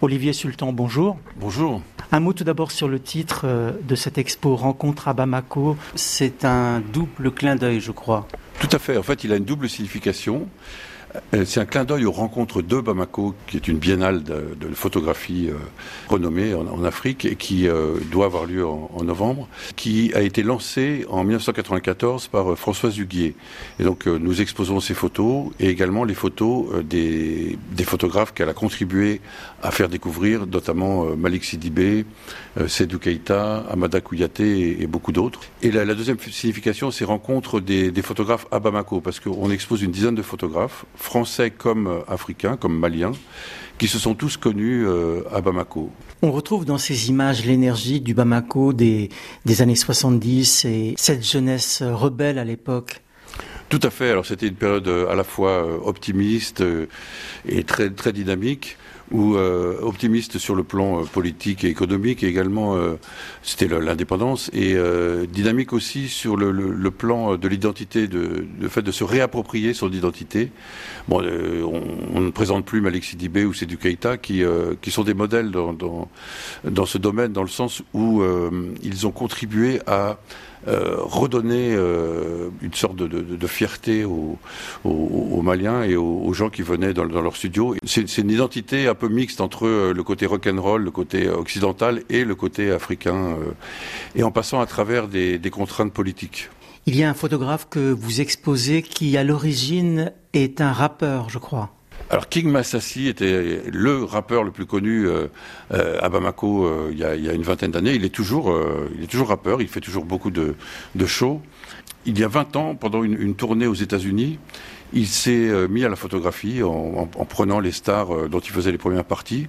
Olivier Sultan, bonjour. Bonjour. Un mot tout d'abord sur le titre de cette expo, Rencontre à Bamako. C'est un double clin d'œil, je crois. Tout à fait. En fait, il a une double signification. C'est un clin d'œil aux rencontres de Bamako, qui est une biennale de photographie renommée en Afrique et qui doit avoir lieu en novembre, qui a été lancée en 1994 par Françoise Huguier. Et donc nous exposons ces photos et également les photos des photographes qu'elle a contribué à faire découvrir, notamment Malik Sidibé, Sédou Keïta, Amada Kouyaté et beaucoup d'autres. Et la deuxième signification, c'est rencontre des photographes à Bamako, parce qu'on expose une dizaine de photographes, français comme africains, comme maliens, qui se sont tous connus à Bamako. On retrouve dans ces images l'énergie du Bamako des années 70 et cette jeunesse rebelle à l'époque. Tout à fait. Alors c'était une période à la fois optimiste et très, très dynamique, ou optimiste sur le plan politique et économique, et également c'était l'indépendance, et dynamique aussi sur le plan de l'identité, le fait de se réapproprier son identité. Bon, on ne présente plus Malik Sidibé ou Sédou Keïta qui sont des modèles dans ce domaine, dans le sens où ils ont contribué à redonner une sorte de fierté aux Maliens et aux gens qui venaient dans leur studio. C'est une identité un peu mixte entre le côté rock'n'roll, le côté occidental et le côté africain, et en passant à travers des contraintes politiques. Il y a un photographe que vous exposez qui, à l'origine, est un rappeur, je crois. Alors King Massassi était le rappeur le plus connu à Bamako il y a une vingtaine d'années. Il est toujours rappeur, il fait toujours beaucoup de shows. Il y a 20 ans, pendant une tournée aux États-Unis, il s'est mis à la photographie en prenant les stars dont il faisait les premières parties.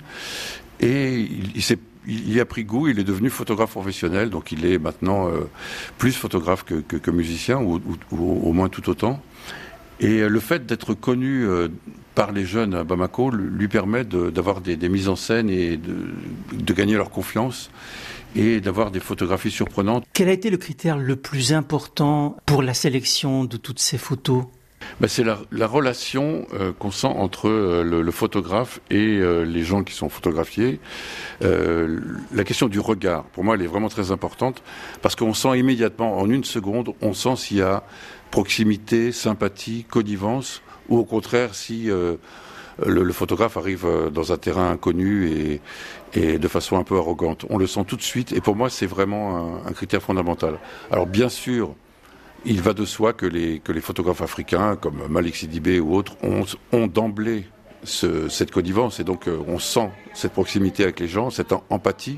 Et il y a pris goût, il est devenu photographe professionnel, donc il est maintenant plus photographe que musicien, ou au moins tout autant. Et le fait d'être connu par les jeunes à Bamako lui permet d'avoir des mises en scène et de gagner leur confiance et d'avoir des photographies surprenantes. Quel a été le critère le plus important pour la sélection de toutes ces photos ? C'est la relation qu'on sent entre le photographe et les gens qui sont photographiés. La question du regard, pour moi, elle est vraiment très importante, parce qu'on sent immédiatement, en une seconde, on sent s'il y a proximité, sympathie, connivence, ou au contraire si le photographe arrive dans un terrain inconnu et de façon un peu arrogante. On le sent tout de suite, et pour moi c'est vraiment un critère fondamental. Alors bien sûr, il va de soi que les photographes africains, comme Malik Sidibé ou autres, ont d'emblée cette connivence, et donc on sent cette proximité avec les gens, cette empathie,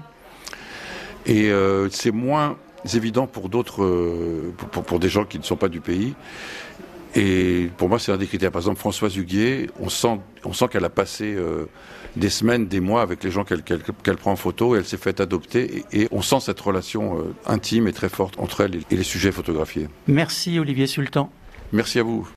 et c'est moins évident pour d'autres, pour des gens qui ne sont pas du pays. Et pour moi, c'est un des critères. Par exemple, Françoise Huguier, on sent qu'elle a passé des semaines, des mois avec les gens qu'elle prend en photo, et elle s'est faite adopter. Et on sent cette relation intime et très forte entre elle et les sujets photographiés. Merci Olivier Sultan. Merci à vous.